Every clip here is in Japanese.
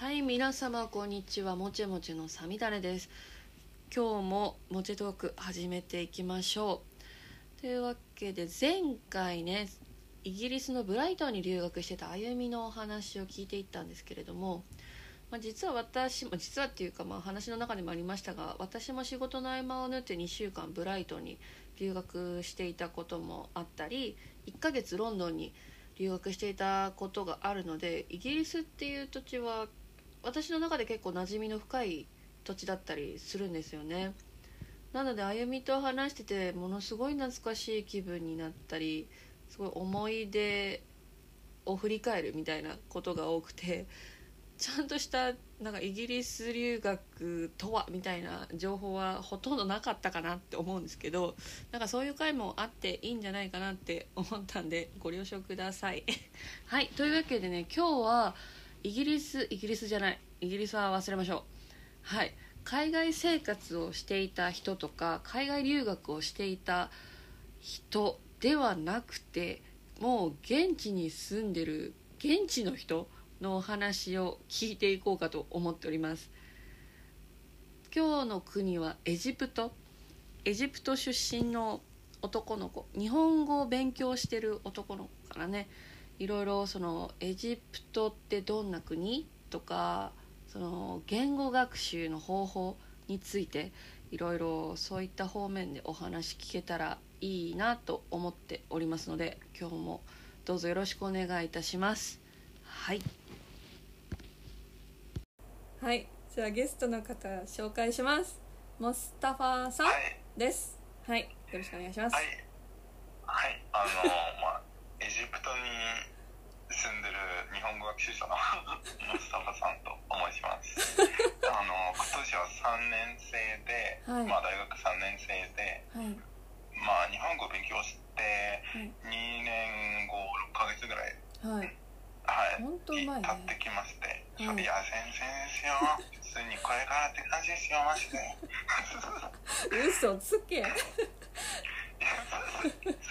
はい、皆様こんにちは。もちもちのさみだれです。今日ももちトーク始めていきましょう。というわけで、前回ね、イギリスのブライトンに留学してたあゆみのお話を聞いていったんですけれども、実はっていうか、話の中にもありましたが、私も仕事の合間を縫って2週間ブライトンに留学していたこともあったり、1ヶ月ロンドンに留学していたことがあるので、イギリスっていう土地は私の中で結構馴染みの深い土地だったりするんですよね。なのであゆみと話しててものすごい懐かしい気分になったり、すごい思い出を振り返るみたいなことが多くて、ちゃんとしたなんかイギリス留学とはみたいな情報はほとんどなかったかなって思うんですけど、なんかそういう回もあっていいんじゃないかなって思ったんでご了承くださいはい、というわけでね、今日はイギリスは忘れましょう。はい、海外生活をしていた人とか海外留学をしていた人ではなくて、もう現地に住んでる現地の人のお話を聞いていこうかと思っております。今日の国はエジプト出身の男の子、日本語を勉強してる男の子からね、いろいろそのエジプトってどんな国とか、その言語学習の方法についていろいろそういった方面でお話聞けたらいいなと思っておりますので、今日もどうぞよろしくお願いいたします。はい、じゃあゲストの方紹介します。モスタファーさんです。はい、よろしくお願いします。 はい、エジプトに住んでる日本語学習者のモスタファさんと申します。今年は3年生で、大学3年生で、日本語を勉強して2年後6ヶ月ぐらい、 本当うまいね。 経ってきまして、いや全然ですよ、普通にこれからって感じですよ、マジで嘘つけついてね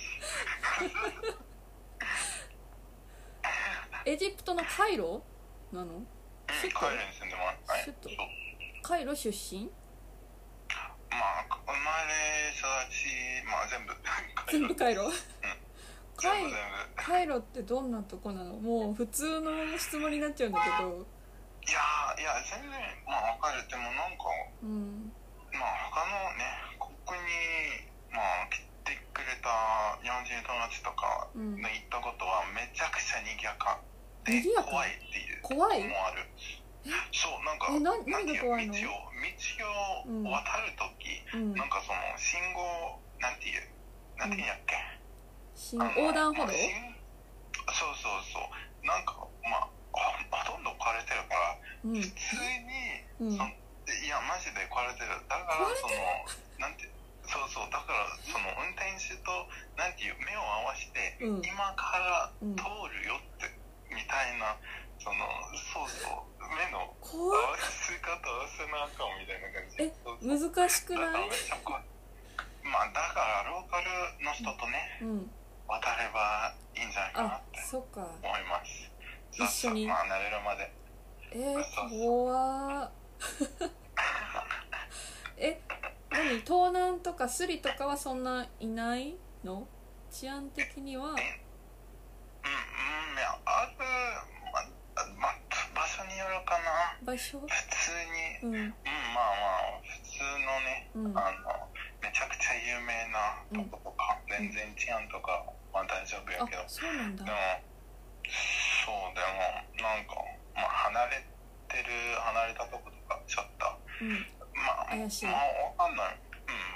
エジプトのカイロなの？ カイロに住んでます。 首都カイロ出身？ 生まれ育ち、 全部カイロ全部カイロってどんなとこなの？もう普通の質問になっちゃうんだけど。 いや全然分かる。でもなんか、他のね国に来てくれた日本人友達とかの行ったことはめちゃくちゃ賑やかで怖いっていうこともある。そう、なんか何が怖いの？ 道を渡るとき、なんかその信号なんていうんやっけ、 横断歩道？ そうなんかほとんど壊れてるから、普通に、いやマジで壊れてる。だからそのなんてだからその運転手となんていう目を合わせて、今から通るよってみたいな、その目の合わせ方合わせなあかんみたいな感じ。 難しくない？ だからローカルの人とね、渡ればいいんじゃないかなって思います。 一緒に慣れるまで。 怖盗難とかスリとかはそんないないの？治安的には。 場所によるかな。 場所？ 普通に、普通のね、めちゃくちゃ有名なとことか、全然治安とか大丈夫やけど、 そうなんだ。 でもなんか離れたとことかちょっと、 怪しい。 わかんない。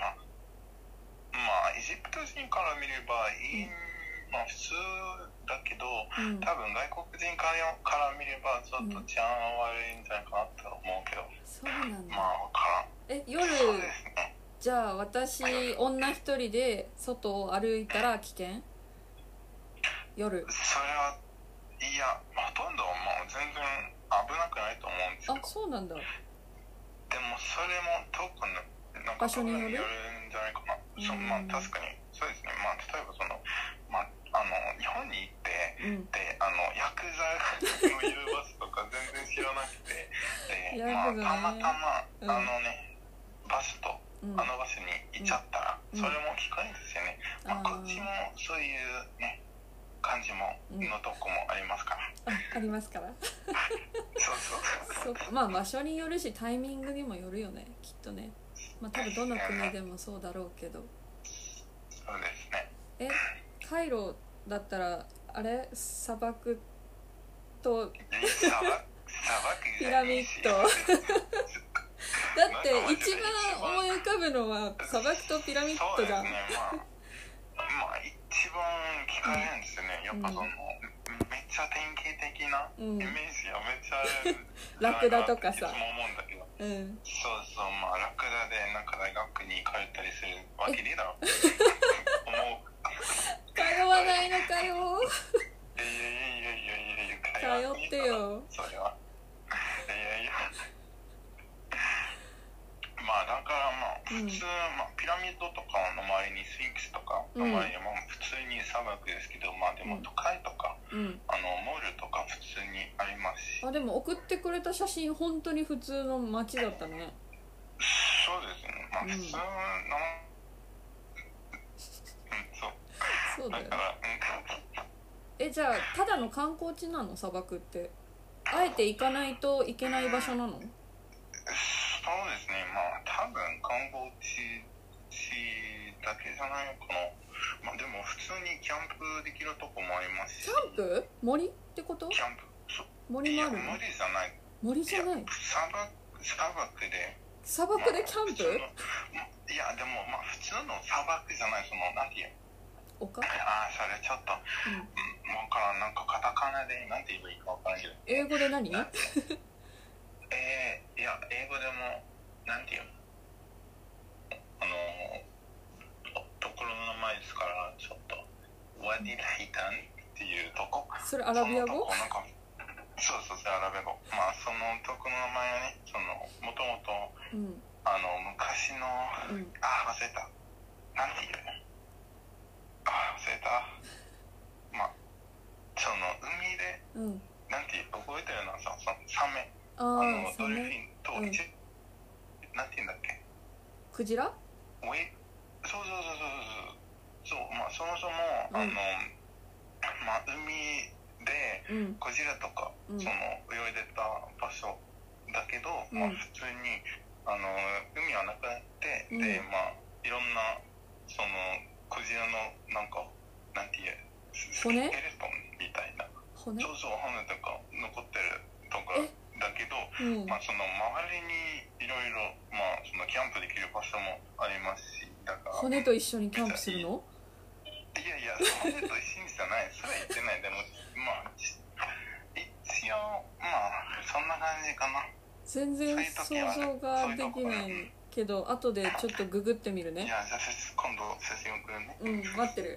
エジプト人から見ればいい、普通だけど、多分外国人から見ればちょっと治安悪いんじゃないかなって思うけど。 そうなんだ。 わからん。 夜、じゃあ私女一人で外を歩いたら危険？夜。 それは、いや、ほとんど全然危なくないと思うんですよ。 そうなんだ。 でもそれもなんか場所によるんじゃないかな。確かにそうですね。例えばその日本に行って、でヤクザのいるバスとか全然知らなくまあ、たまたま、バスと、あの場所に行っちゃったら、それも聞くんですよね。まあ、こっちもそういうね、感じものとこもありますから。 ありますから。 そうまあ場所によるしタイミングにもよるよね、きっとね。まあ多分どの国でもそうだろうけど。 そうですね。 カイロだったらあれ砂漠とピラミッドだって一番思い浮かぶのは砂漠とピラミッドじゃん。 そうですね、まあ一番聞かれるんですよね。やっぱその、めっちゃ典型的なイメージがめっちゃラクダとかさ、 いつも思うんだけど、そうそう、まあラクダでなんか大学に通ったりするわけでだろ思う。 通わないのかよ。 通ってよ。 それは。まあだからまあ普通、まあピラミッドとかの周りにスフィンクスとかの周りは普通に砂漠ですけど、まあでも都会とか、モールとか普通にありますし。 でも送ってくれた写真本当に普通の街だったね。 そうですね。まあ普通の、 そうだよね。じゃあただの観光地なの、砂漠って。あえて行かないといけない場所なの？ そうですね。まあ多分観光地だけじゃないのかな。まあでも普通にキャンプできるとこもありますし。 キャンプ？森ってこと？ キャンプ。 森もあるの？ 森じゃない。 森じゃない。砂漠でキャンプ？ いやでもまあ普通の砂漠じゃない、そのなんていう。 丘？ それちょっと、わからん、なんかカタカナでなんて言えばいいかわからんけど。 英語で何？ いや英語でもなんていうところの名前ですから、ちょっとワディルヒタンっていうとこ。 それアラビア語？ そう、アラビア語。まあそのとこの名前はね、そのもともと昔の、忘れた。なんていうの？忘れた。まあその海で、なんていう覚えてるのはさ、そのサメ、ドルフィンとなんていうんだっけ？ クジラ？ そう、まあそもそもまあ海でクジラとかその泳いでた場所だけど、まあ普通に海はなくなって、でまあいろんなそのクジラのなんかなんていう骨？ スケレトンみたいな骨？そう、骨とか残ってるとかだけど、まあその周りにいろいろまあそのキャンプできる場所もありますし、だから骨と一緒にキャンプするの？ いや骨と一緒にじゃない、それは言ってない。でもまあ一応まあそんな感じかな。 全然想像ができないけど、後でちょっとググってみるね。 いや、じゃあ今度写真送るね。 待ってる。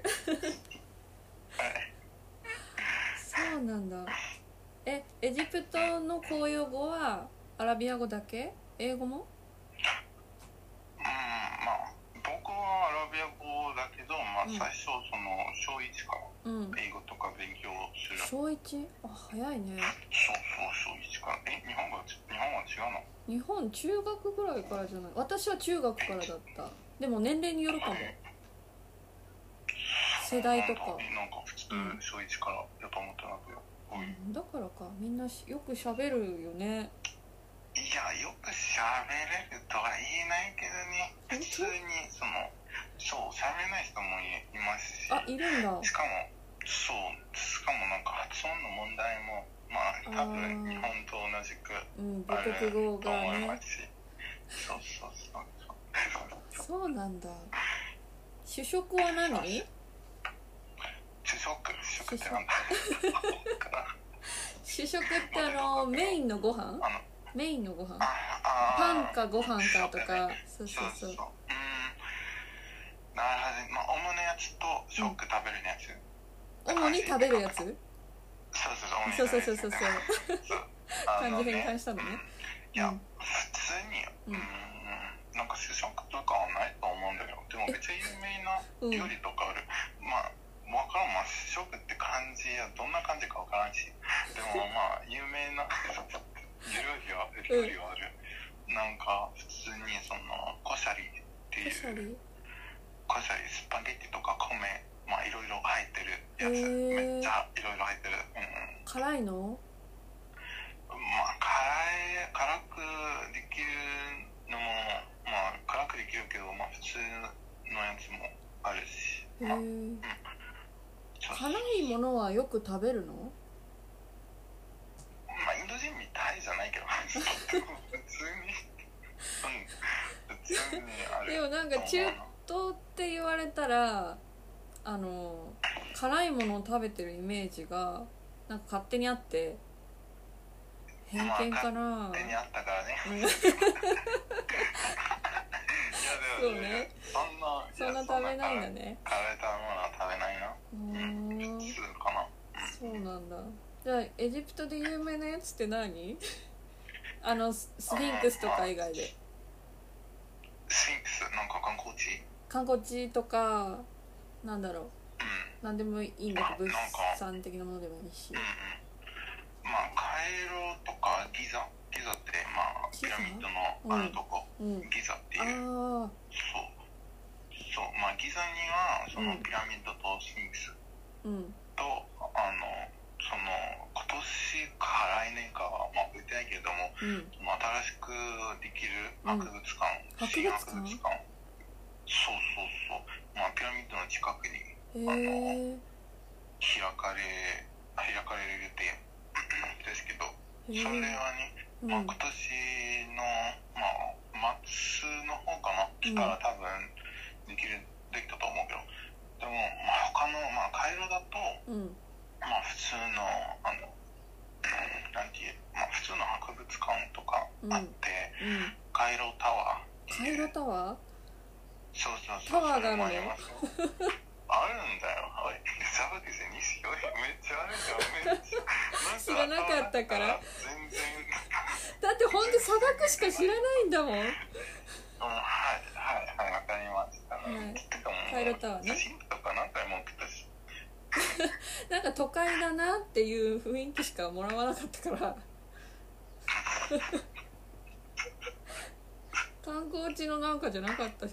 そうなんだ。エジプトの公用語はアラビア語だけ？英語も？ まあ僕はアラビア語だけど、まあ最初その小1から英語とか勉強する。 小 1？ 早いね。 そう小1から。日本は違うの？ 日本中学ぐらいからじゃない？私は中学からだった。でも年齢によるかも。世代とか。 なんか普通小1からだと思ってなくよ。 だからか、みんなよく喋るよね。 いや、よく喋れるとは言えないけどね。普通にそう喋れない人もいますし。 いるんだ。しかもなんか発音の問題もまあ多分日本と同じく母国語がね。そうなんだ。主食は何？ 主食ってなんだ？ 主食ってメインのご飯？メインのご飯？パンかご飯かとか。そう。 なるほど。まあ主のやつと食食べるやつ。 主に食べるやつ？そう。漢字変換したのね。 いや、普通になんか主食とかはないと思うんだけど、でもめっちゃ有名な料理とかある。まあわからん、まあ主食って漢字やどんな感じかわからんし、でもまあ有名な料料理はある。なんか普通にそのコシャリっていうコシャリスパゲッティとか米、まあいろいろ入ってるやつ、めっちゃいろいろ入ってる。 辛いの？ まあ辛くできるのもまあ辛くできるけど、まあ普通のやつもあるし。 辛いものはよく食べるの？ まあインド人みたいじゃないけど普通にある。 でもなんか中東って言われたら辛いものを食べてるイメージがなんか勝手にあって偏見かな、 まあ、勝手にあったからねいやでもそうね、 そんな食べないんだね。 辛い食べ物は食べないな。普通かな。 そうなんだ。じゃあエジプトで有名なやつって何？スフィンクスとか以外で。 スフィンクスなんか観光地とかなんだろう、なんでもいいんだけど、物産的なものでもいいし。 まあカイロとかギザってまあピラミッドのあるとこ、ギザっていう。そうまあギザにはそのピラミッドとスフィンクスと、その今年か来年かはまあ覚えてないけれども、新しくできる博物館、新博物館、そうまあピラミッドの近くに開かれる予定ですけど、それはね、まあ、今年の、まあ、末の方かな、来たら多分できたと思うけど、でも、まあ、他の、まあ、カイロだと、まあ、普通のなんていう、まあ、普通の博物館とかあって、カイロタワー。 カイロタワー？ そうタワーがあるの？ あるんだよ。はい。サバディスにしよう。めっちゃあるじゃん。めっちゃ。 知らなかったから。 全然。 だってほんと砂漠しか知らないんだもん。はい、 わかりました。 カイロタワーね。 写真とか何回も送ったし。 なんか都会だなっていう雰囲気しかもらわなかったから。観光地のなんかじゃなかったし。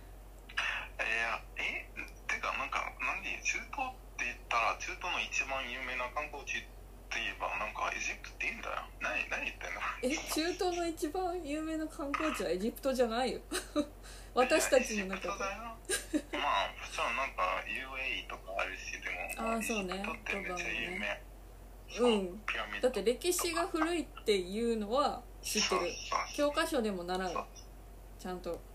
中東って言ったら中東の一番有名な観光地って言えばなんかエジプトっていいんだよ。何言ってんの？ 中東の一番有名な観光地はエジプトじゃないよ。私たちの中で。 まあ普通はなんか UAE とかあるし、でもそうね、 エジプトってめっちゃ有名。 だって歴史が古いっていうのは知ってる。教科書でも習う。ちゃんと。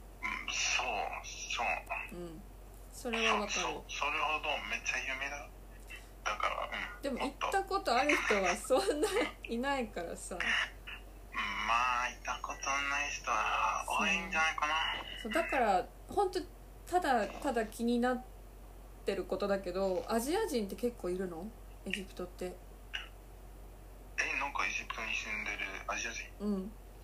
それはわかる。 それほどめっちゃ有名だ。だから、 でも行ったことある人はそんないないからさ。 まあ行ったことない人は多いんじゃないかな。 そうだから本当ただ気になってることだけど、アジア人って結構いるの？エジプトって。 なんかエジプトに住んでるアジア人？あん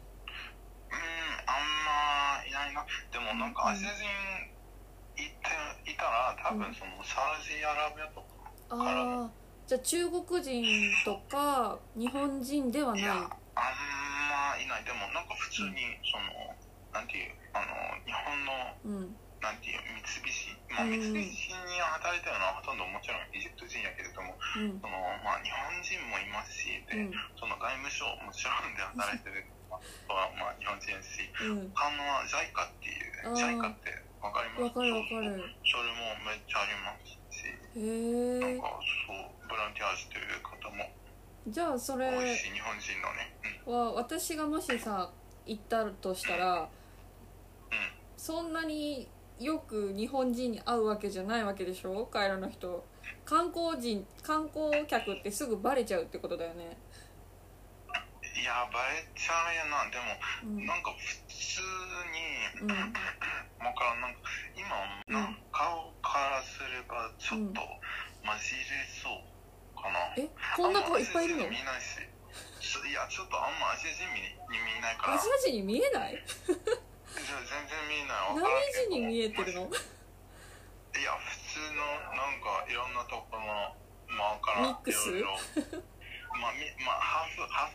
まいないな。でもなんかアジア人いたら多分そのサウジアラビアとかからの。 じゃあ中国人とか日本人ではない？いや、 あんまいない。でもなんか普通にそのなんていう日本のなんていう三菱、まあ三菱に働いてるのはほとんどもちろんエジプト人やけれども、そのまあ日本人もいますし、でその外務省もちろんで働いてる人はまあ日本人やし、他のは JICA っていうJICAってわかります？ わかる。 それもめっちゃありますし、なんかそうボランティアしてる方もじゃあそれ多いし、日本人のね、 私がもしさ行ったとしたら、そんなによく日本人に会うわけじゃないわけでしょ、カイロの人。観光客ってすぐバレちゃうってことだよね。 いやバレちゃうやな。でも、なんか普通に、なんか今の顔からすればちょっと混じれそうかな。 こんな子いっぱいいるの？ 見ないし、いやちょっとあんまアジア人に見えないから。 アジア人に見えない？ 全然見えない。 何時に見えてるの？ いや普通のなんかいろんなところのからミックス？ まあハーフ 、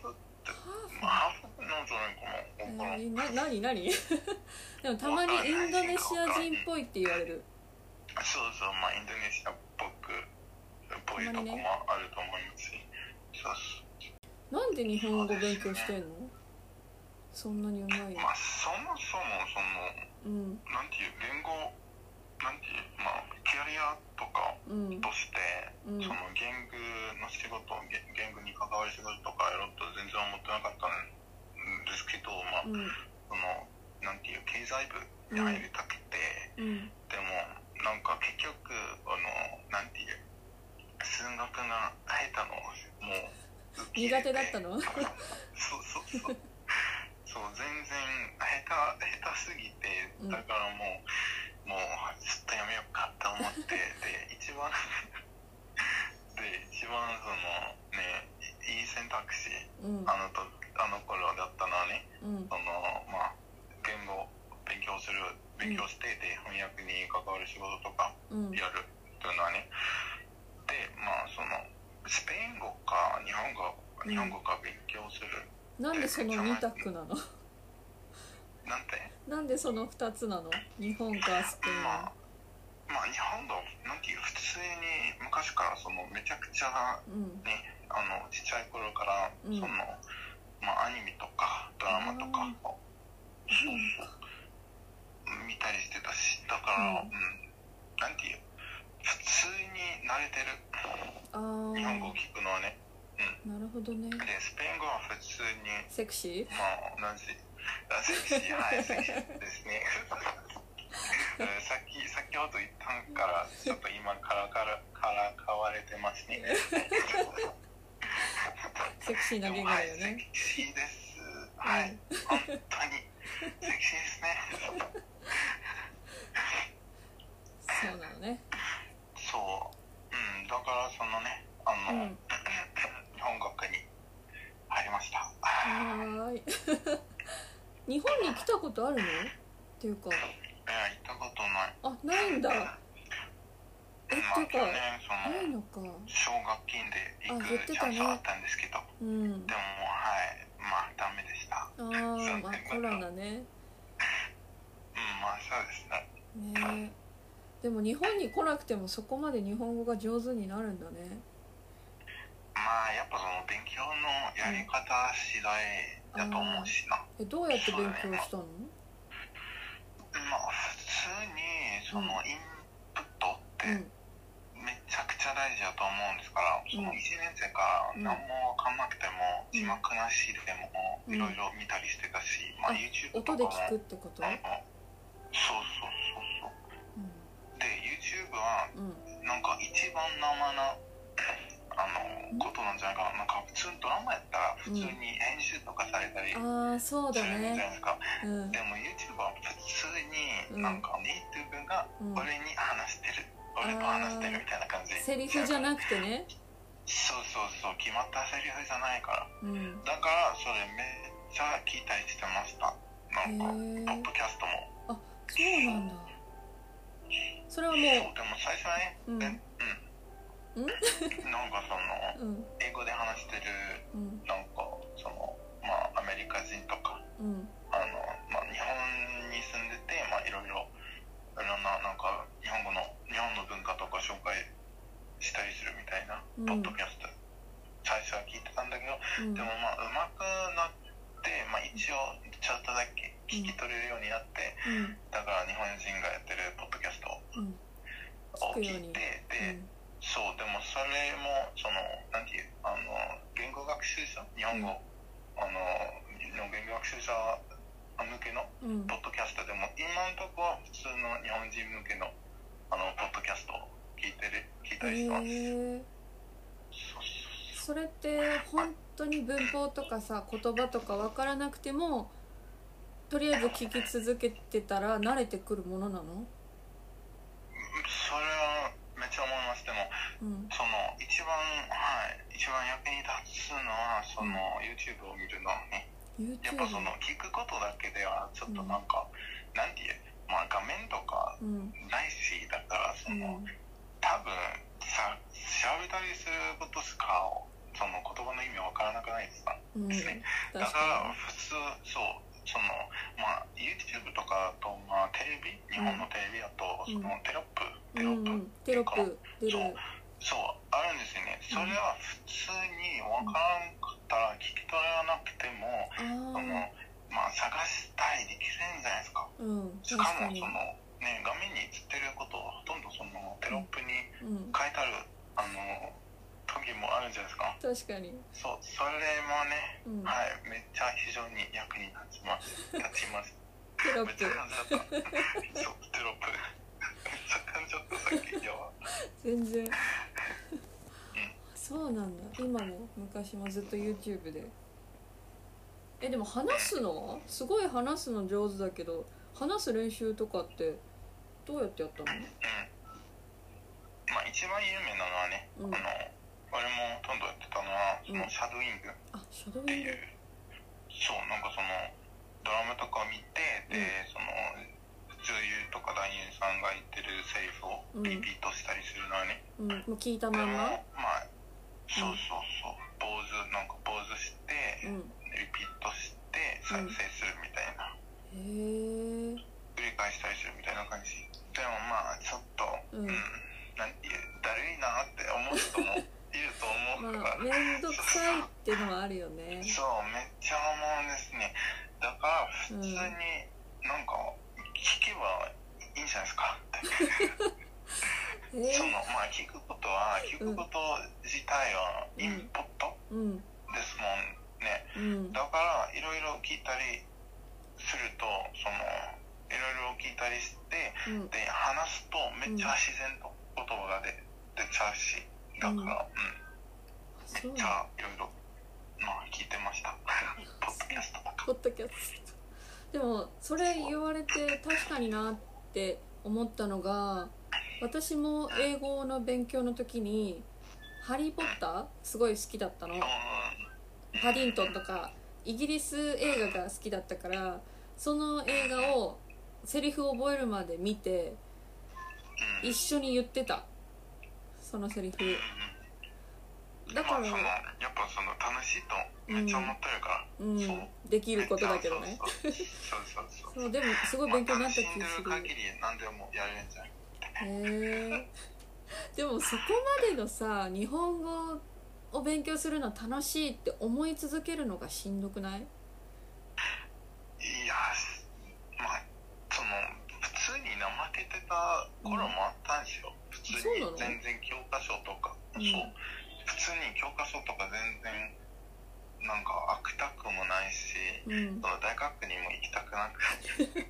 ハーフなんじゃないかな。 何でもたまにインドネシア人っぽいって言われる。 そうそう、まあインドネシアっぽいとこもあると思いますし、そうそう。 なんで日本語勉強してんの？そんなにうまい。 まあそもそもなんていう言語、なんていう、まあキャリアとかとして、その言語の仕事、言語に関わる仕事とかやろうと全然思ってなかったんですけど、まあそのなんていう経済部に入りたくて、でもなんか結局なんていう数学が下手のもう苦手だったの？ そう全然下手すぎて、だからもうずっとやめようかと思ってで一番そのねいい選択肢、あの頃だったのはね、そのまあ言語勉強してで翻訳に関わる仕事とかやるというのはね、でまあそのスペイン語か日本語か勉強する。 なんでその2択なの？ なんでその2つなの？日本かスペイン。 まあ日本語なんていう普通に昔からそのめちゃくちゃね、ちっちゃい頃からそのまあアニメとかドラマとかを見たりしてたし、だからなんていう普通に慣れてる。日本語を聞くのはね。 なるほどね。 でスペイン語は普通にセクシー？ まあ同じセクシー、はい、セクシーですね。先ほど言ったからちょっと今からかわれてますね。 セクシーな言語だよね。 セクシーです。はい、本当にセクシーですね。 そうなのね。 そう、だからそのね日本語科に入りました。 はい。日本に来たことあるの？っていうか。 行ったことない。 あ、ないんだ。っていうか、 ないのか。奨学金で行くチャンスはあったんですけど、でもはいまあダメでした。 まあコロナね。 まあそうですね。 ね。でも日本に来なくてもそこまで日本語が上手になるんだね。 まあやっぱその勉強のやり方次第だと思うしな。 どうやって勉強したの？ まあ普通にそのインプットってめちゃくちゃ大事だと思うんですから、その1年生から何も分かんなくても字幕なしでもいろいろ見たりしてたし、まあ YouTube とかも音で聞くってこと？ そうで YouTube はなんか一番生なことなんじゃないかな。なんか普通ドラマやったら普通に編集とかされたりするそうだね。 じゃないですか。でも YouTube は普通になんかネイティブが俺に話してる、俺と話してるみたいな感じ。 セリフじゃなくてね。 そう決まったセリフじゃないから、だからそれめっちゃ聞いたりしてました。なんかポッドキャストも。 そうなんだ。それはもうでも最初はね、なんかその、英語で話してる、なんかそのまあアメリカ人とか、まあ日本に住んでて、まあいろんななんか日本の文化とか紹介したりするみたいなポッドキャスト、最初は聞いてたんだけど、でもまあ上手くなって、まあ一応ちょっとだけ聞き取れるようになって、だから日本人がやってるポッドキャストを聞いて、でそうでもそれもそのなんていう言語学習者日本語の言語学習者向けのポッドキャストでも今のところは普通の日本人向けのポッドキャストを聞いたりします。 それって本当に文法とかさ言葉とか分からなくてもとりあえず聞き続けてたら慣れてくるものなの？ それはめっちゃ思います。でも、その一番役に立つのはその YouTube を見るのね。やっぱその聞くことだけではちょっとなんか、なんていう、まあ画面とかないし、だからその多分調べたりすることしかその言葉の意味わからなくないですか？ですね。 だから普通そのまあ YouTube とかだと、まあ、テレビ日本のテレビだと、そのテロップ出るそうあるんですよね。それは普通に分からんかったら聞き取れなくても、そのまあ探したりできるんじゃないですか。しかもそのね画面に映ってることをほとんどそのテロップに書いてある時もあるんじゃないですか。 確かにそれもね、はい、めっちゃ非常に役に立ちますテロップめっちゃ感じだったそうテロップめっちゃ感じだったさっきやば全然そうなんだ。今も昔もずっと YouTube ででも話すのすごい話すの上手だけど、話す練習とかってどうやってやったの？ まあ一番有名なのはね、俺もほとんどやってたのはそのシャドウイングっていう、そうなんかそのドラマとかを見て、でその女優とか男優さんが言ってるセリフをリピートしたりするのはね、 もう聞いたまんままあそう坊主して、リピートして再生するみたいな、繰り返したりするみたいな感じ。でもまあちょっとだるいなって思う人もいると思うから、 まあ、めんどくさいっていうのはあるよねそうめっちゃ思うんですね。だから普通になんか聞けばいいんじゃないですかってそのまあ聞くこと自体はインプットですもんね、だからいろいろ聞いたりするとそのいろいろ聞いたりして、で話すとめっちゃ自然と言葉が出ちゃうし、だから、めっちゃいろいろ聞いてましたポッドキャストとか。 ポッドキャストでもそれ言われて確かになって思ったのが、私も英語の勉強の時にハリー・ポッターすごい好きだったの。パディントンとかイギリス映画が好きだったから、その映画をセリフを覚えるまで見て一緒に言ってた、そのセリフだから、 やっぱその楽しいとめっちゃ思ってるから、そうできることだけどねそうでもすごい勉強になった気がする。 楽しんでる限り何でもやれるんじゃない。 でもそこまでのさ日本語を勉強するの楽しいって思い続けるのがしんどくない？ いやまあその普通に怠けてた頃もあったんですよ、普通に全然教科書とか、そう普通に教科書とか全然なんか開きたくもないし、その大学にも行きたくなくて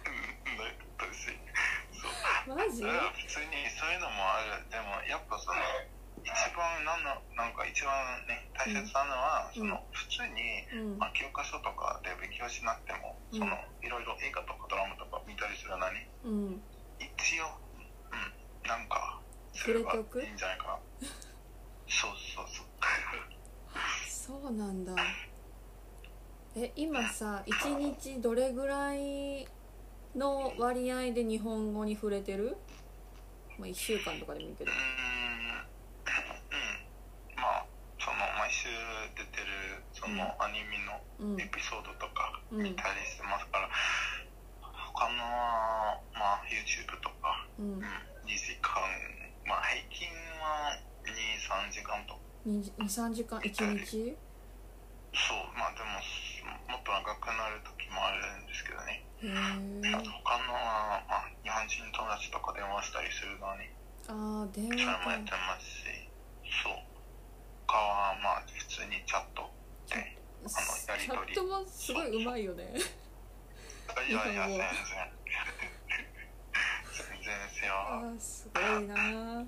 マジ？ 普通にそういうのもある。でもやっぱその一番なんか一番ね大切なのは、その普通に、教科書とかで勉強しなくても、そのいろいろ映画とかドラマとか見たりするのに、一応なんかすればいいんじゃないかな。 そうなんだ。今さ1日どれぐらいの割合で日本語に触れてる？まあ、1週間とかでもいいけど。 まあその毎週出てるそのアニメのエピソードとか見たりしてますから、他のまあ YouTube とか、2時間、まあ平均は 2,3 時間とか。 2,3 時間1日？ そう、まあでももっと長くなる時もあるんですけどね。あと他のまあ、日本人友達とか電話したりするのに電話それもやってますし、そう他はまあ普通にチャットでやり取り。 チャットもすごい上手いよね。 いや全然ですよ。 すごいな。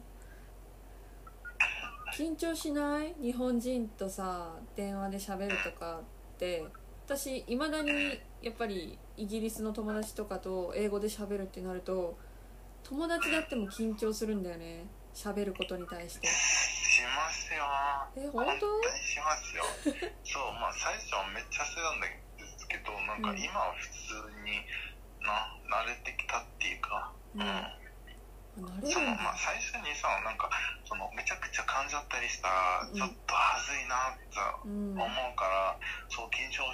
緊張しない？日本人とさ電話で喋るとかって。私いまだにやっぱりイギリスの友達とかと英語で喋るってなると、友達だっても緊張するんだよね、喋ることに対して。 しますよ。 本当？ 本当にしますよそうまあ最初はめっちゃしてたんですけど、なんか今は普通に慣れてきたっていうか、そのまあ最初にさなんかそのめちゃくちゃ噛んじゃったりしたらちょっとはずいなって思うから、そう緊張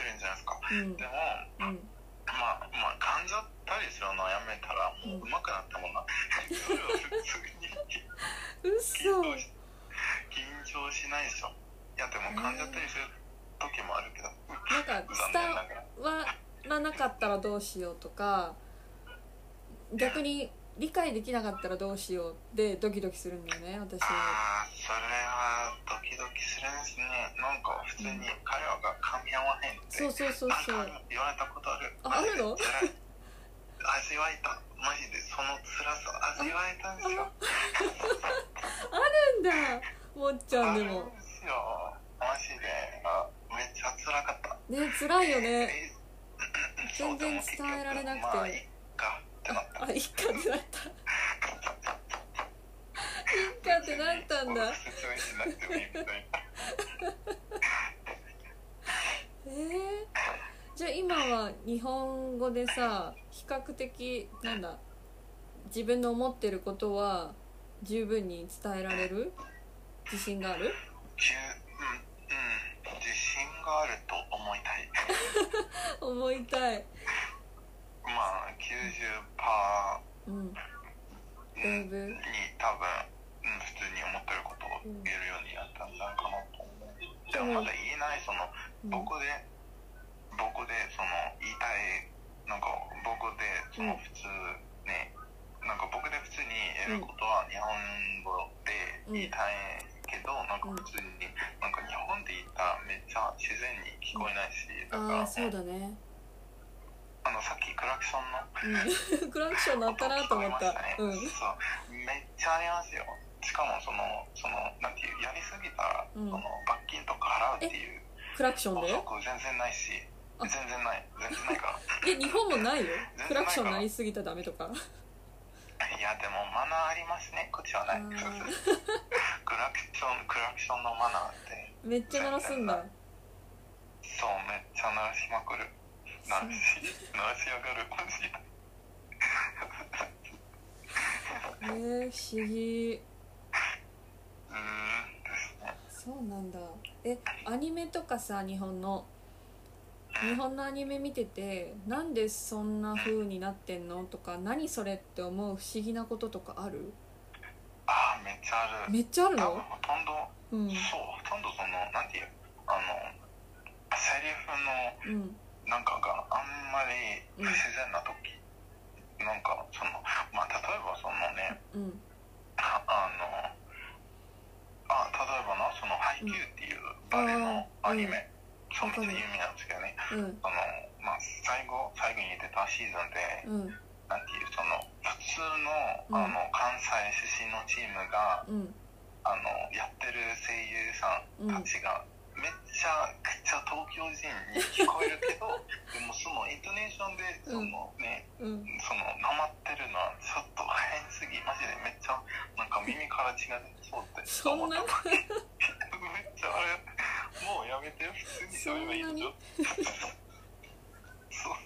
るんじゃないですか、 うん、 でも、 うん、 まあ噛んじゃったりするのをやめたらもう上手くなったもんな、それは普通に嘘緊張しないでしょ。いやでも噛んじゃったりする時もあるけど、 なんか伝わらなかったらどうしようとか、逆に理解できなかったらどうしようでドキドキするんだよね、私。 ああ、それはドキドキするんですね。なんか普通に会話が噛み合わへんって、 そうそうそうそう、 なんか言われたことある。 あるの？ 味わえた、マジでその辛さ味わえたんですよ。 あるんだ、もっちゃんでも。 あるんですよ、マジで。めっちゃ辛かったね、辛いよね。全然伝えられなくて、 まあいいかってなった。 いいかってなったいいかってなったんだ。 説明しなくてもいいみたいな。 じゃあ今は日本語でさ、比較的なんだ、自分の思ってることは十分に伝えられる自信がある？ 自信があると思いたい。 思いたい。 まあ 90% うん、 に多分、普通に思ってることを言えるようになったんじゃないかなと思う。でもまだ言えない、その僕でその言いたい、なんか僕でその普通ね、なんか僕で普通に言えることは日本語で言いたいけど、なんか普通になんか日本で言ったらめっちゃ自然に聞こえないし、だから、 ああそうだね。 さっきクラクションの、 クラクション鳴ったなと思った。 そうめっちゃありますよ。しかもそのなんていうやりすぎたら、その罰金とか払うっていうクラクションで全然ないし、全然ないから日本もないよクラクション鳴りすぎたらダメとか。 いやでもマナーありますね、こっちはない。クラクションのマナーってめっちゃ鳴らすんだ。 そう、めっちゃ鳴らしまくる。鳴らしやがるマジで。不思議。 ですね。 そうなんだ。アニメとかさ、日本のアニメ見てて、なんでそんな風になってんのとか、何それって思う不思議なこととかある？ めっちゃある。 めっちゃあるの？ ほとんど、そう、ほとんどそのなんていうセリフのなんかがあんまり不自然な時、なんかそのまあ例えばそのね、例えばな、そのハイキューっていうバレエのアニメ、その有名なんですけどね、まあ最後に出たシーズンで、なんていうその普通の関西出身のチームがやってる声優さんたちがめっちゃくちゃ東京人に聞こえるけどでもそのイントネーションでそのね、そのなまってるのはちょっと変すぎ、マジでめっちゃなんか耳から血が出そうってそんなめっちゃあれもうやめてよ、普通に喋ればいいでしょそう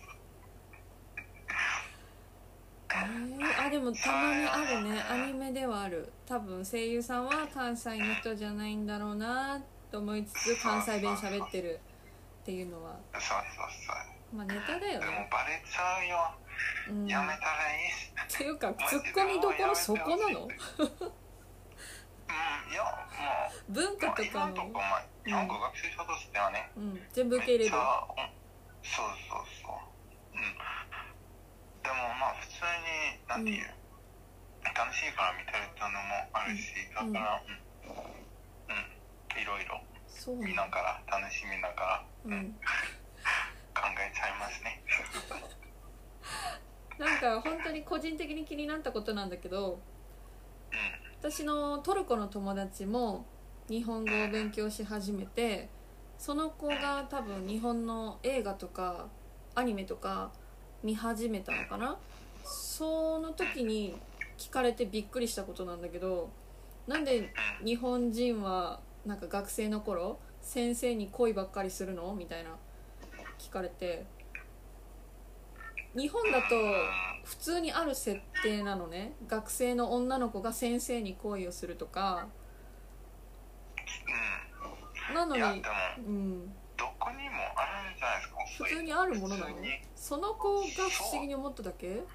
でもたまにあるね、アニメではある。多分声優さんは関西の人じゃないんだろうなと思いつつ関西弁喋ってるっていうのはまあネタだよね。 でもバレちゃうよ、やめたらいいっていうかツッコミどころそこなの？ いやもう文化とかも日本語学習者としてはね、 全部受け入れる。 そうでもまあ普通になんていう、楽しいから見てるっていうのもあるし、だからいろいろ見ながら楽しみながら、考えちゃいますねなんか本当に個人的に気になったことなんだけど、私のトルコの友達も日本語を勉強し始めて、その子が多分日本の映画とかアニメとか見始めたのかな。その時に聞かれてびっくりしたことなんだけど、なんで日本人はなんか学生の頃先生に恋ばっかりするのみたいな聞かれて、日本だと普通にある設定なのね。学生の女の子が先生に恋をするとかなのに、 いやでも、どこにもあるんじゃないですか。 普通にあるものなの？その子が不思議に思っただけ？ いや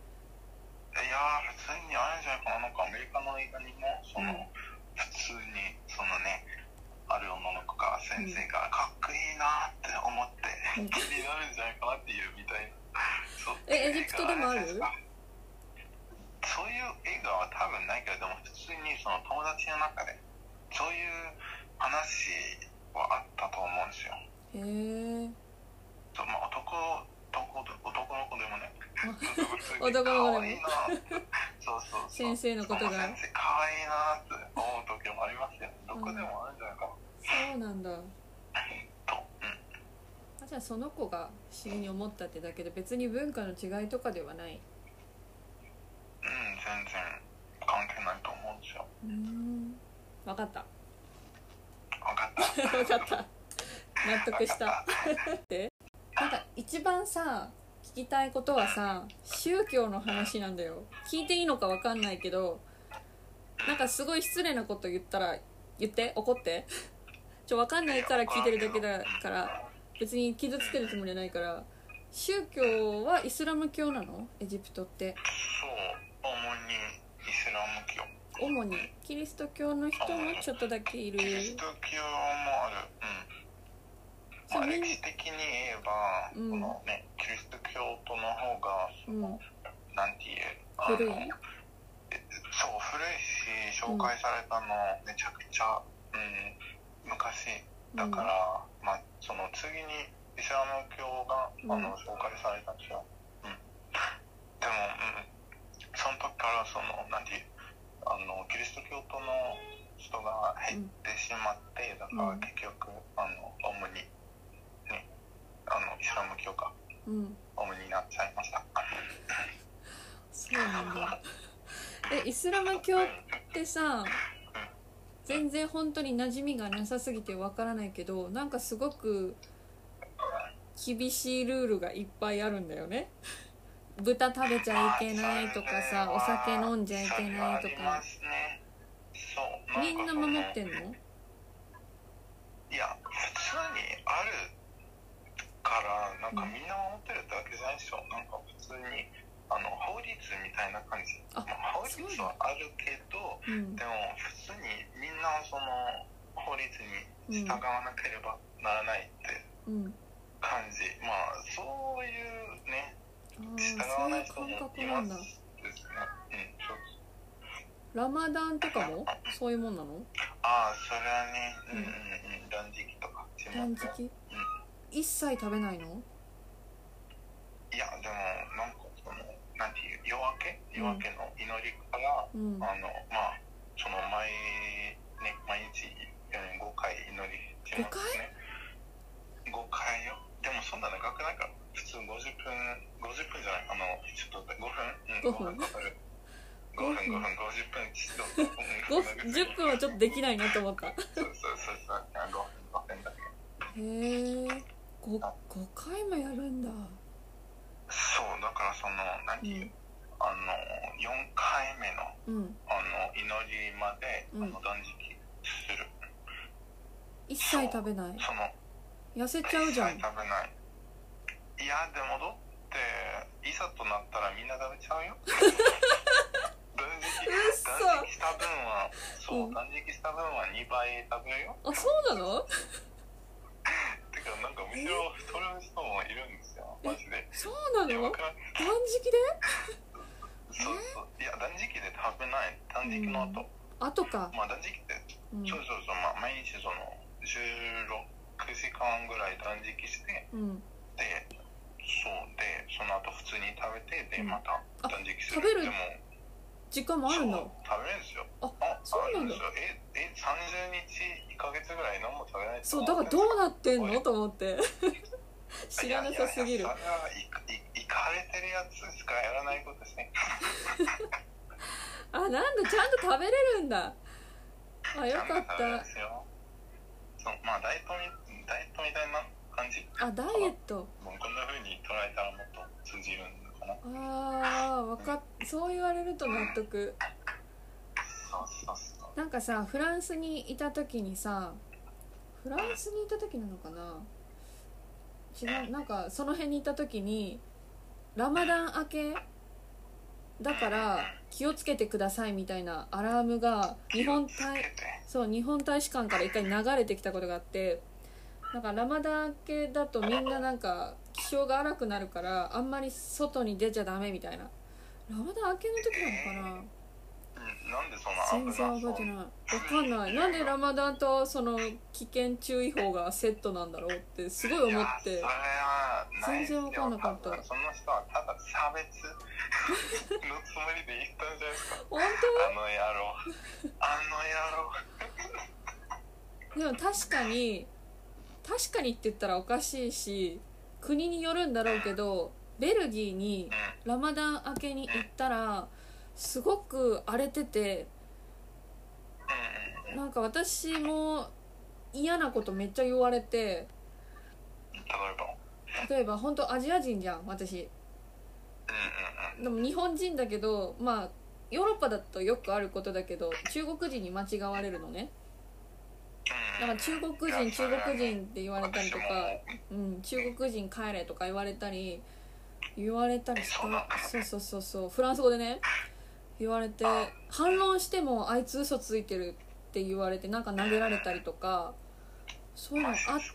普通にあるんじゃないかな。なんかアメリカの映画にもその、普通にそのね、ある女の子が先生がかっこいいなって思って気になるんじゃないかなっていうみたいな。 エジプトでもある？ そういう映画は多分ないけれども、普通にその友達の中でそういう話はあったと思うんですよ。 へえ。 そう、まあ、男の子でもね、 男の子でもいいなそう先生のことが先生かわいいなって思う時もありますよ。どこでもあるんじゃないかな。 そうなんだ。じゃあその子が不思議に思ったってだけで別に文化の違いとかではない？ 全然関係ないと思うんですよ。 分かった。 分かった納得したで、なんか一番さ聞きたいことはさ、宗教の話なんだよ。聞いていいのか分かんないけど、なんかすごい失礼なこと言ったら言って、怒って分かんないから聞いてるだけだから、別に傷つけるつもりはないから。宗教はイスラム教なの？エジプトって。 そう、主にイスラム教。 主にキリスト教の人もちょっとだけいる。 キリスト教もある。まあ、歴史的に言えば、このね、キリスト教徒の方がなんて言う、 古い？ そう古いし、紹介されたのめちゃくちゃ、昔だから、まあその次にイスラム教が紹介されたんですよ。でも、その時からそのなんていう、キリスト教徒の人が減ってしまって、だから結局主にね、イスラム教が主になっちゃいました。 そうなんだ。イスラム教ってさ、全然本当に馴染みがなさすぎてわからないけど、なんかすごく厳しいルールがいっぱいあるんだよね。豚食べちゃいけないとかさ、お酒飲んじゃいけないとか。みんな守ってんの？ いや、普通にあるからなんかみんな守ってるだけじゃないでしょ。なんか普通に法律みたいな感じ。法律はあるけど、でも普通にみんなその法律に従わなければならないって感じ。まあそういうね、従わない人もいますですね。 ラマダンとかもそういうもんなの？ それはね、断食とかしますよ。 断食？一切食べないの？ いやでもなんかそのなんていう夜明けの祈りから、まあその毎日5回祈りしますね。5回よ。でもそんな長くないから。普通50分じゃない。ちょっと5分かかる。5分50分 10分はちょっとできないなと思った。 そう5分だけ。 へえ、5回もやるんだ。 そうだからその何ていう、4回目の、祈りまで断食する。 一切食べない？痩せちゃうじゃん。 一切食べない。いやでもだっていざとなったらみんな食べちゃうよ。断食した分は断食した分は2倍食べるよ。 そうなの？ てかなんかむしろ太る人もいるんですよ、マジで。 そうなの？断食で？ そういや断食で食べない。断食の後か。 まあ断食ってそうまあ毎日その16時間ぐらい断食して、でその後普通に食べて、でまた断食する。 食べるでも時間もあるんだ。 食べるんですよ。 そうなんだ。 30日1ヶ月ぐらい何も食べないと。 そうだからどうなってんのと思って知らなさすぎる。 それはイカれてるやつしかやらないことですね。 なんだ、ちゃんと食べれるんだ。よかった。 まあダイエットみたいな感じ。 ダイエット。 もうこんな風に捉えたらもっと通じるのかな。 そう言われると納得。なんかさ、フランスにいた時にさ、フランスにいた時なのかな、 違う、なんかその辺にいた時にラマダン明けだから気をつけてくださいみたいなアラームが日本大使館から一回流れてきたことがあって、なんかラマダン明けだとみんななんか気性が荒くなるからあんまり外に出ちゃダメみたいな。ラマダン明けの時なのかな、 なんでそんな全然覚えてない。分かんない。なんでラマダンとその危険注意報がセットなんだろうってすごい思って、全然分かんなかった。 その人はただ差別のつもりで言ったんじゃないですか。 本あの野郎当？でも確かにって言ったらおかしいし国によるんだろうけど、ベルギーにラマダン明けに行ったらすごく荒れてて、なんか私も嫌なことめっちゃ言われて、例えば本当アジア人じゃん私。でも日本人だけど、まあヨーロッパだとよくあることだけど中国人に間違われるのね。だから中国人って言われたりとか、中国人帰れとか言われたりした。そうフランス語でね言われて、反論してもあいつ嘘ついてるって言われてなんか投げられたりとか、そういうのあった。 マジ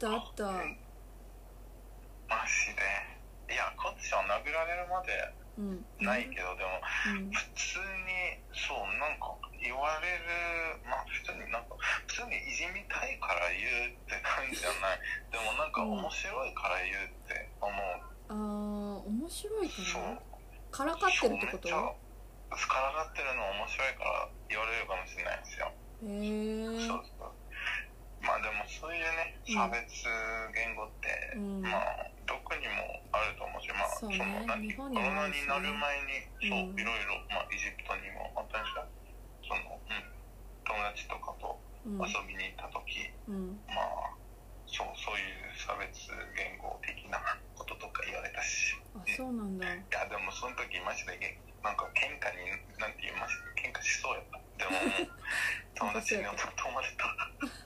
で。いやこっちは殴られるまでないけど、でも、普通にそうなんか言われる、まあ普通にいじみたいから言うって感じじゃない。でもなんか面白いから言うって思う。 面白いからからかってるってこと？ からかってるの面白いから言われるかもしれないですよ。そうまあでもそういうね差別言語って、まあどこにもあると思うし、まあそのコロナになる前にいろいろ、まあエジプトにもあったんですよ。その友達とかと遊びに行った時、まあそういう差別言語的なこととか言われたし。 そうなんだ。いやでもその時マジでなんか喧嘩にマジで喧嘩しそうやった。でも友達に止まれた。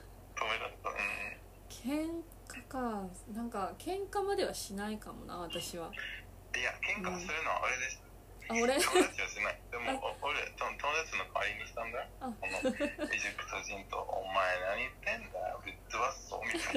喧嘩か。なんか喧嘩まではしないかもな私は。 いや喧嘩するのは俺です。 俺友達はしない。でも俺友達の代わりにしたんだよ。このエジプト人とお前何言ってんだよぶっ飛ばすぞみた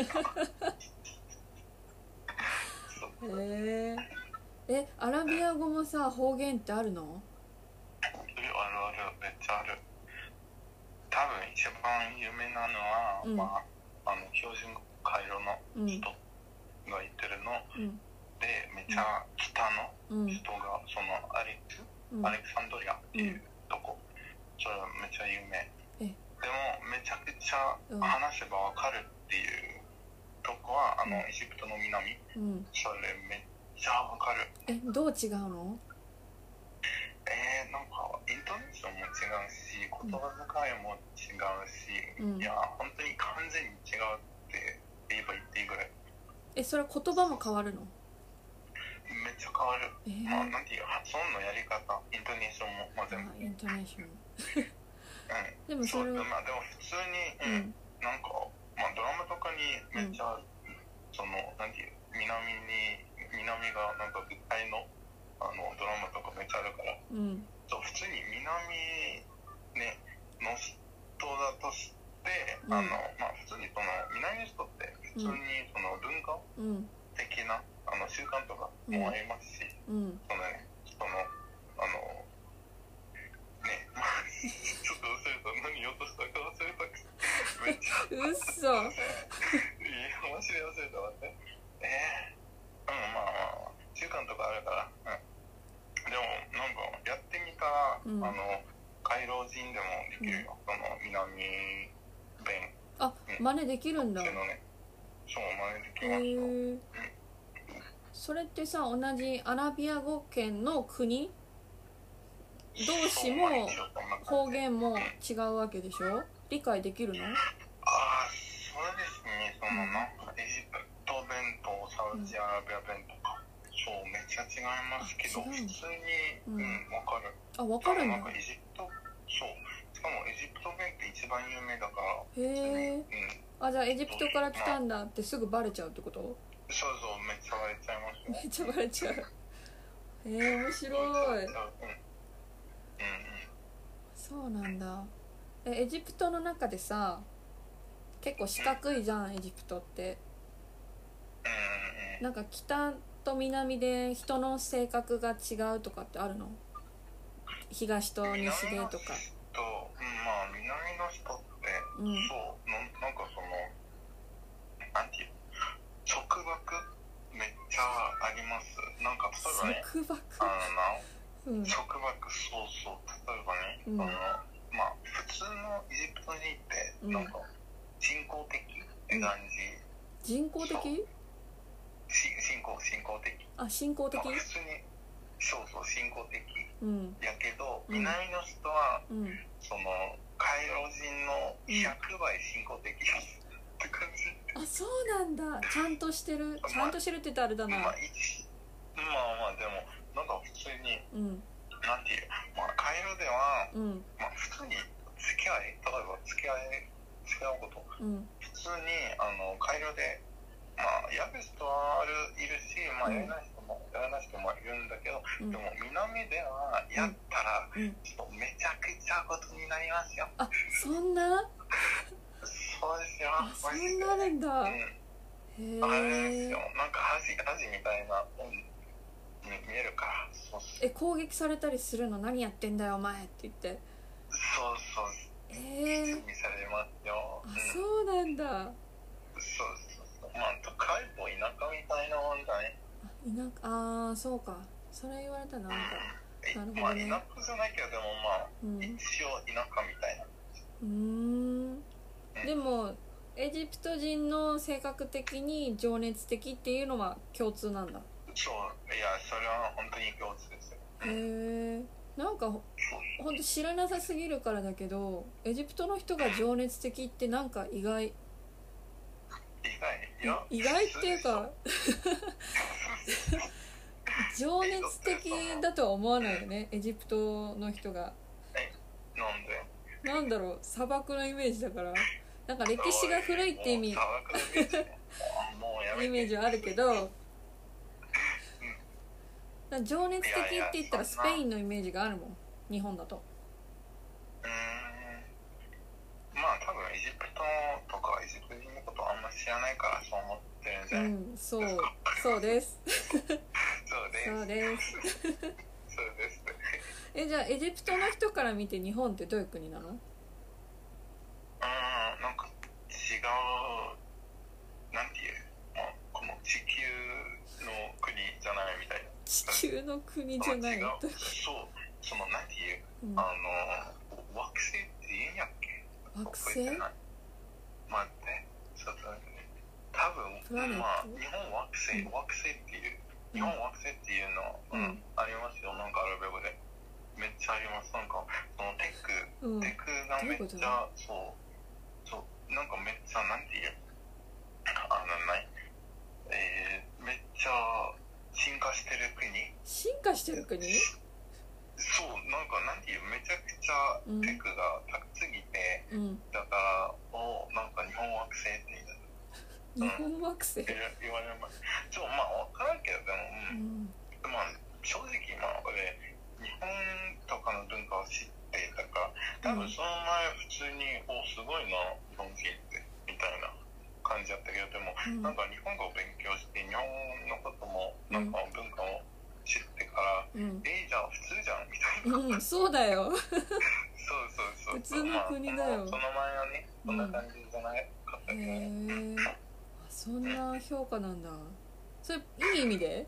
いな。 アラビア語もさ方言ってあるの？ あるめっちゃある。多分一番有名なのは、標準回路の人が言ってるの、でめっちゃ北の人が、そのアレクサンドリアっていうとこ、それはめっちゃ有名。でもめちゃくちゃ話せばわかるっていうとこはエジプトの南、それめっちゃわかる。 どう違うの？ なんかイントネーションも違うし言葉遣いも違うし、いや本当に完全に違うって言えば言っていいぐらい。 それ言葉も変わるの？ めっちゃ変わる。まあなんていう発音のやり方、イントネーションも、全部。 イントネーションでもそれはでも普通に、なんか、ドラマとかにめっちゃ、そのなんていう南がなんか舞台のドラマとかめっちゃあるから、そう普通に南ねの人だとして、普通にその南の人って普通にその文化的な習慣とかもありますし、ちょっと忘れた、何言おうとしたか忘れた。めっちゃうっそ。 マジで忘れた。待って。習慣とかあるから、でもなんかやってみたら、回廊人でもできるよ、その南弁。 真似できるんだ。 そう真似できますよ。 それってさ、同じアラビア語圏の国同士も方言も違うわけでしょ？理解できるの？ そうですね。そのなんかエジプト弁とサウジアラビア弁とか、めっちゃ違いますけど、普通にわかる。 わかるんだ。 なんかエジプト、しかもエジプト弁って一番有名だから。 じゃあエジプトから来たんだってすぐバレちゃうってこと？ そうそう、めっちゃ割れちゃいますよ。 めっちゃバレちゃう。面白い。 うんうん。 そうなんだ。エジプトの中でさ、結構四角いじゃん、エジプトって。なんか北と南で人の性格が違うとかってあるの？東と西でとか。 まあ南の人って、そうなんかそのなんていう束縛めっちゃあります。なんか例えばね、 束縛、 束縛、そうそう、例えばね、まあ普通のエジプト人ってなんか人工的って感じ。 人工的？ 信仰的。 あ、信仰的？ まあ、普通にそうそう信仰的、やけど南の人は、そのカイロ人の100倍信仰的って感じ。 あ、そうなんだ。ちゃんとしてる。ちゃんとしてるって言ったらあれだな。 まあでもなんか普通に、なんていう、まあカイロでは、まあ普通に付き合い、例えば付き合うこと、普通にカイロでまあやる人はいるし、まあやらない人もいるんだけど、でも南ではやったら、めちゃくちゃことになりますよ。 あ、そんな？ そうですよ。 あ、そうなるんだ。へえ。 あれですよ。なんか恥みたいな、見えるから。そうそう。 攻撃されたりするの？何やってんだよお前って言って。 そうそう。見されますよ。 あ、そうなんだ。 そう。まあ都会も田舎みたいなもんだね。 ああ、そうか。それ言われたらなんか、なるほどね。 まあ田舎じゃないけど、でもまあ、一応田舎みたいな。 でもエジプト人の性格的に情熱的っていうのは共通なんだ。 そう、いやそれは本当に共通ですよ。 へえ。なんかほんと知らなさすぎるからだけど、エジプトの人が情熱的ってなんか意外っていうか情熱的だとは思わないよね、エジプトの人が。 なんで？ なんだろう、砂漠のイメージだから、なんか歴史が古いって意味イメージはあるけど、情熱的って言ったらスペインのイメージがあるもん、日本だと。 まあ多分エジプトとかエジプト人のことあんま知らないからそう思ってるんじゃない？ そうですそうですじゃあエジプトの人から見て日本ってどういう国なの？ なんか違う、なんていう、この地球の国じゃないみたいな。 地球の国じゃない。 そう、そのなんていう、惑星って言うんやっけ？ 惑星？ 待って、ちょっと待ってね。多分まあ日本惑星っていう日本惑星っていうの、ありますよ。なんかアラビア語でめっちゃあります。なんかそのテクがめっちゃそうなんかめっちゃなんていうめっちゃ進化してる国。そうなんかなんていうめちゃくちゃテクが高すぎて、だからなんか日本惑星って言う。 日本惑星？ 言われます。まあ分からんけどでも、まあ正直俺日本とかの文化を知ってたから多分その前普通にすごいな日本人ってみたいな感じだったけど、でも、なんか日本語を勉強して日本のこともなんか文化を知ってから、じゃあ普通じゃんみたいな。 そうだよそう普通の国だよ。 その前はねそんな感じじゃなかったけどね。 そんな評価なんだ。それいい意味で？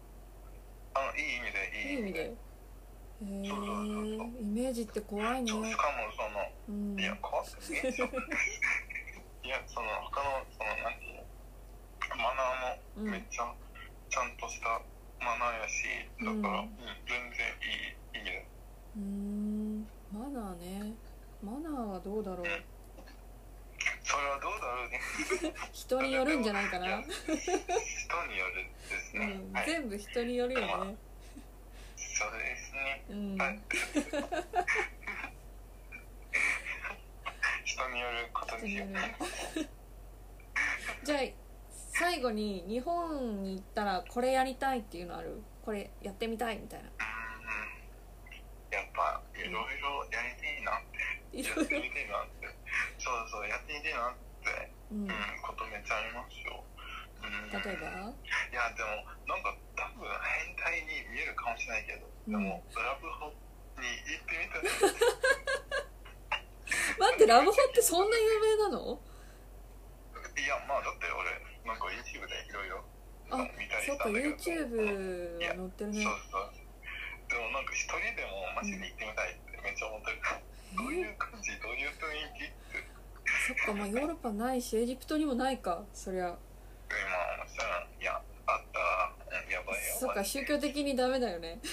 いい意味で。イメージって怖いね。 しかもいや怖くねえよ。いやその他のなんていうのマナーもめっちゃちゃんとしたマナーやし、だから全然いい意味で。 マナーね。マナーはどうだろう。 それはどうだろうね。 人によるんじゃないかな。 人によるですね。 全部人によるよね。 そうですね。人によることにしよう。 じゃあ最後に日本に行ったらこれやりたいっていうのある？これやってみたいみたいな。 やっぱいろいろやりたいなってやってみたいなってそうやってみたいなって、ことめっちゃありますよ。 例えば？ いやでもなんか多分変態に見えるかもしれないけど、でもラブホに行ってみたい。 待って、ラブホってそんな有名なの？ いやまあだって俺なんか YouTube でいろいろ見たりそっかしたんだけど、 YouTube は載ってるね。 そうでもなんか一人でもマジで行ってみたいってめっちゃ思ってる。どういう感じ、どういう雰囲気って。 そっか、まあヨーロッパないしエジプトにもないか、そりゃ。 今思ったらいやあったらやばいよ。 そっか、宗教的にダメだよね。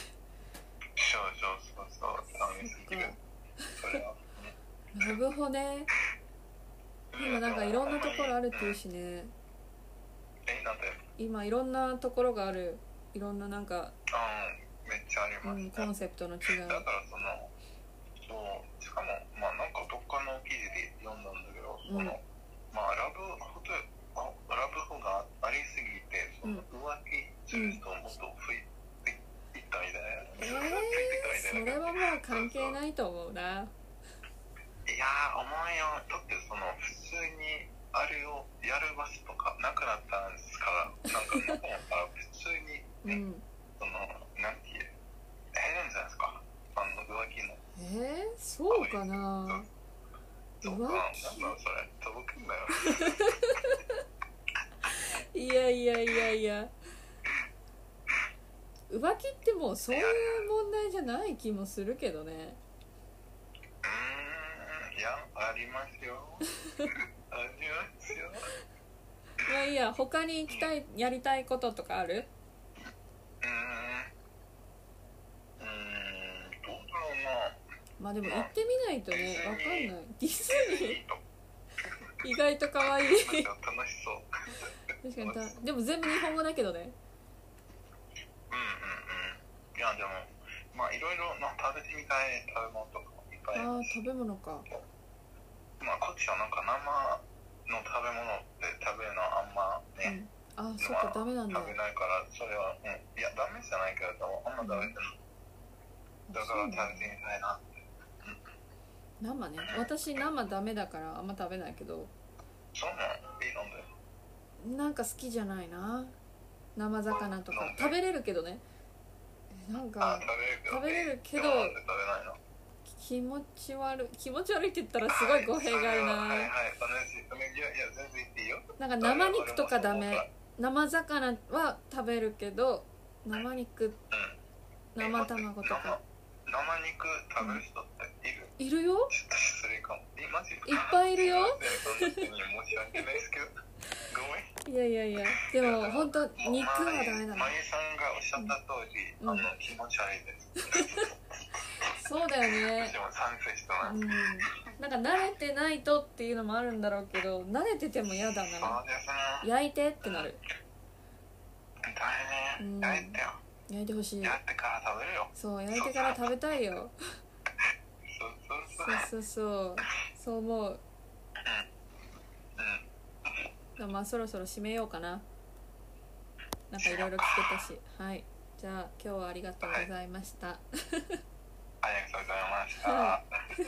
そうダメすぎる。それはラブホね。今なんかいろんなところあるっていうしね。 なんで？ 今いろんなところがある。いろんななんかめっちゃありますね、 コンセプトの違い。 だからそうしかもまあなんかどっかの記事で読んだんだけど、まあラブホがありすぎて浮気する人もっと増えていったみたいな。 それはもう関係ないと思うな。 いや思うよ。だって普通にあれをやる場所とかなくなったんですから、なんか日本から普通にね、なんていう減るんじゃないですか、浮気の。 そうかな。 そうか、なんだそれ届くんだよ。 いや浮気ってもうそういう問題じゃない気もするけどね。 いやありますよ。ありますよ。 まあいいや、他に行きたい、やりたいこととかある？ どうだろうな。 まあでも行ってみないとね、わかんない。ディズニー意外と可愛い。 楽しそう。 確かにでも全部日本語だけどね。 いやでもまあいろいろ食べてみたい食べ物とかいっぱいある。 食べ物か。 まあこっちはなんか生の食べ物って食べるのはあんまね、 そっか、ダメなんだ。 食べないからそれは、いやダメじゃないけれどもあんま食べてない、だから食べてみたいなって。 生ね、私生ダメだからあんま食べないけど。 そうなの？なんで？ なんか好きじゃないな、生魚とか。食べれるけどね、なんか食べれるけど気持ち悪いって言ったらすごい語弊があるな。なんか生肉とかダメ。生魚は食べるけど生肉、生卵とか。 生肉食べる人っているよ。いっぱいいるよ。いやでも本当肉はダメだな。 まゆさんがおっしゃった通り、気持ち悪いです。 そうだよね。なんか慣れてないとっていうのもあるんだろうけど、慣れてても嫌だな。焼いてってなる。焼いてほしい。 焼いてから食べるよ。 そう、焼いてから食べたいよ。そう思う。まあそろそろ締めようかな。なんかいろいろ聞けたし。はい、じゃあ今日はありがとうございました。 ありがとうございました。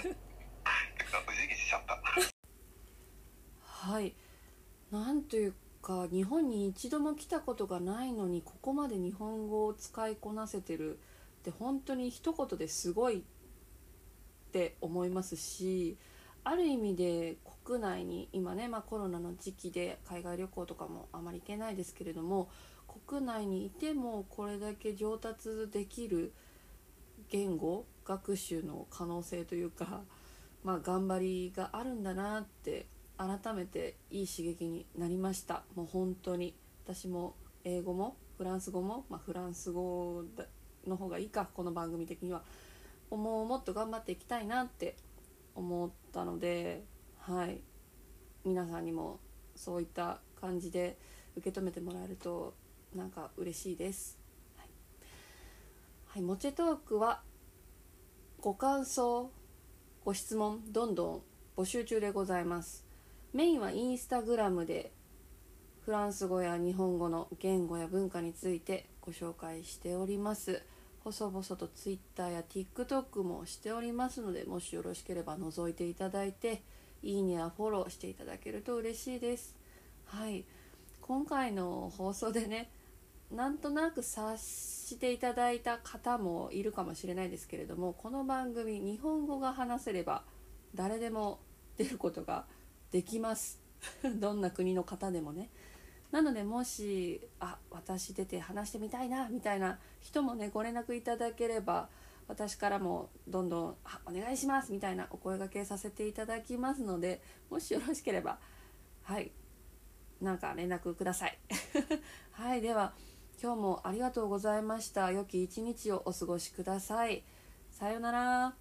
はい、なんというか日本に一度も来たことがないのにここまで日本語を使いこなせてるって本当に一言ですごいって思いますし、ある意味で国内に今ね、コロナの時期で海外旅行とかもあまり行けないですけれども、国内にいてもこれだけ上達できる言語学習の可能性というか、頑張りがあるんだなって改めていい刺激になりました。もう本当に私も英語もフランス語も、フランス語の方がいいか、この番組的にはもっと頑張っていきたいなって思ったので、はい、皆さんにもそういった感じで受け止めてもらえるとなんか嬉しいです。はい、モチェトークはご感想ご質問どんどん募集中でございます。メインはインスタグラムでフランス語や日本語の言語や文化についてご紹介しております。細々と Twitter や TikTok もしておりますので、もしよろしければ覗いていただいて、いいねやフォローしていただけると嬉しいです。はい、今回の放送でね、なんとなく察していただいた方もいるかもしれないですけれども、この番組日本語が話せれば誰でも出ることができますどんな国の方でもね。なので、もし私出て話してみたいなみたいな人もね、ご連絡いただければ、私からもどんどんお願いしますみたいなお声掛けさせていただきますので、もしよろしければなんか連絡くださいはい、では今日もありがとうございました。良き一日をお過ごしください。さようなら。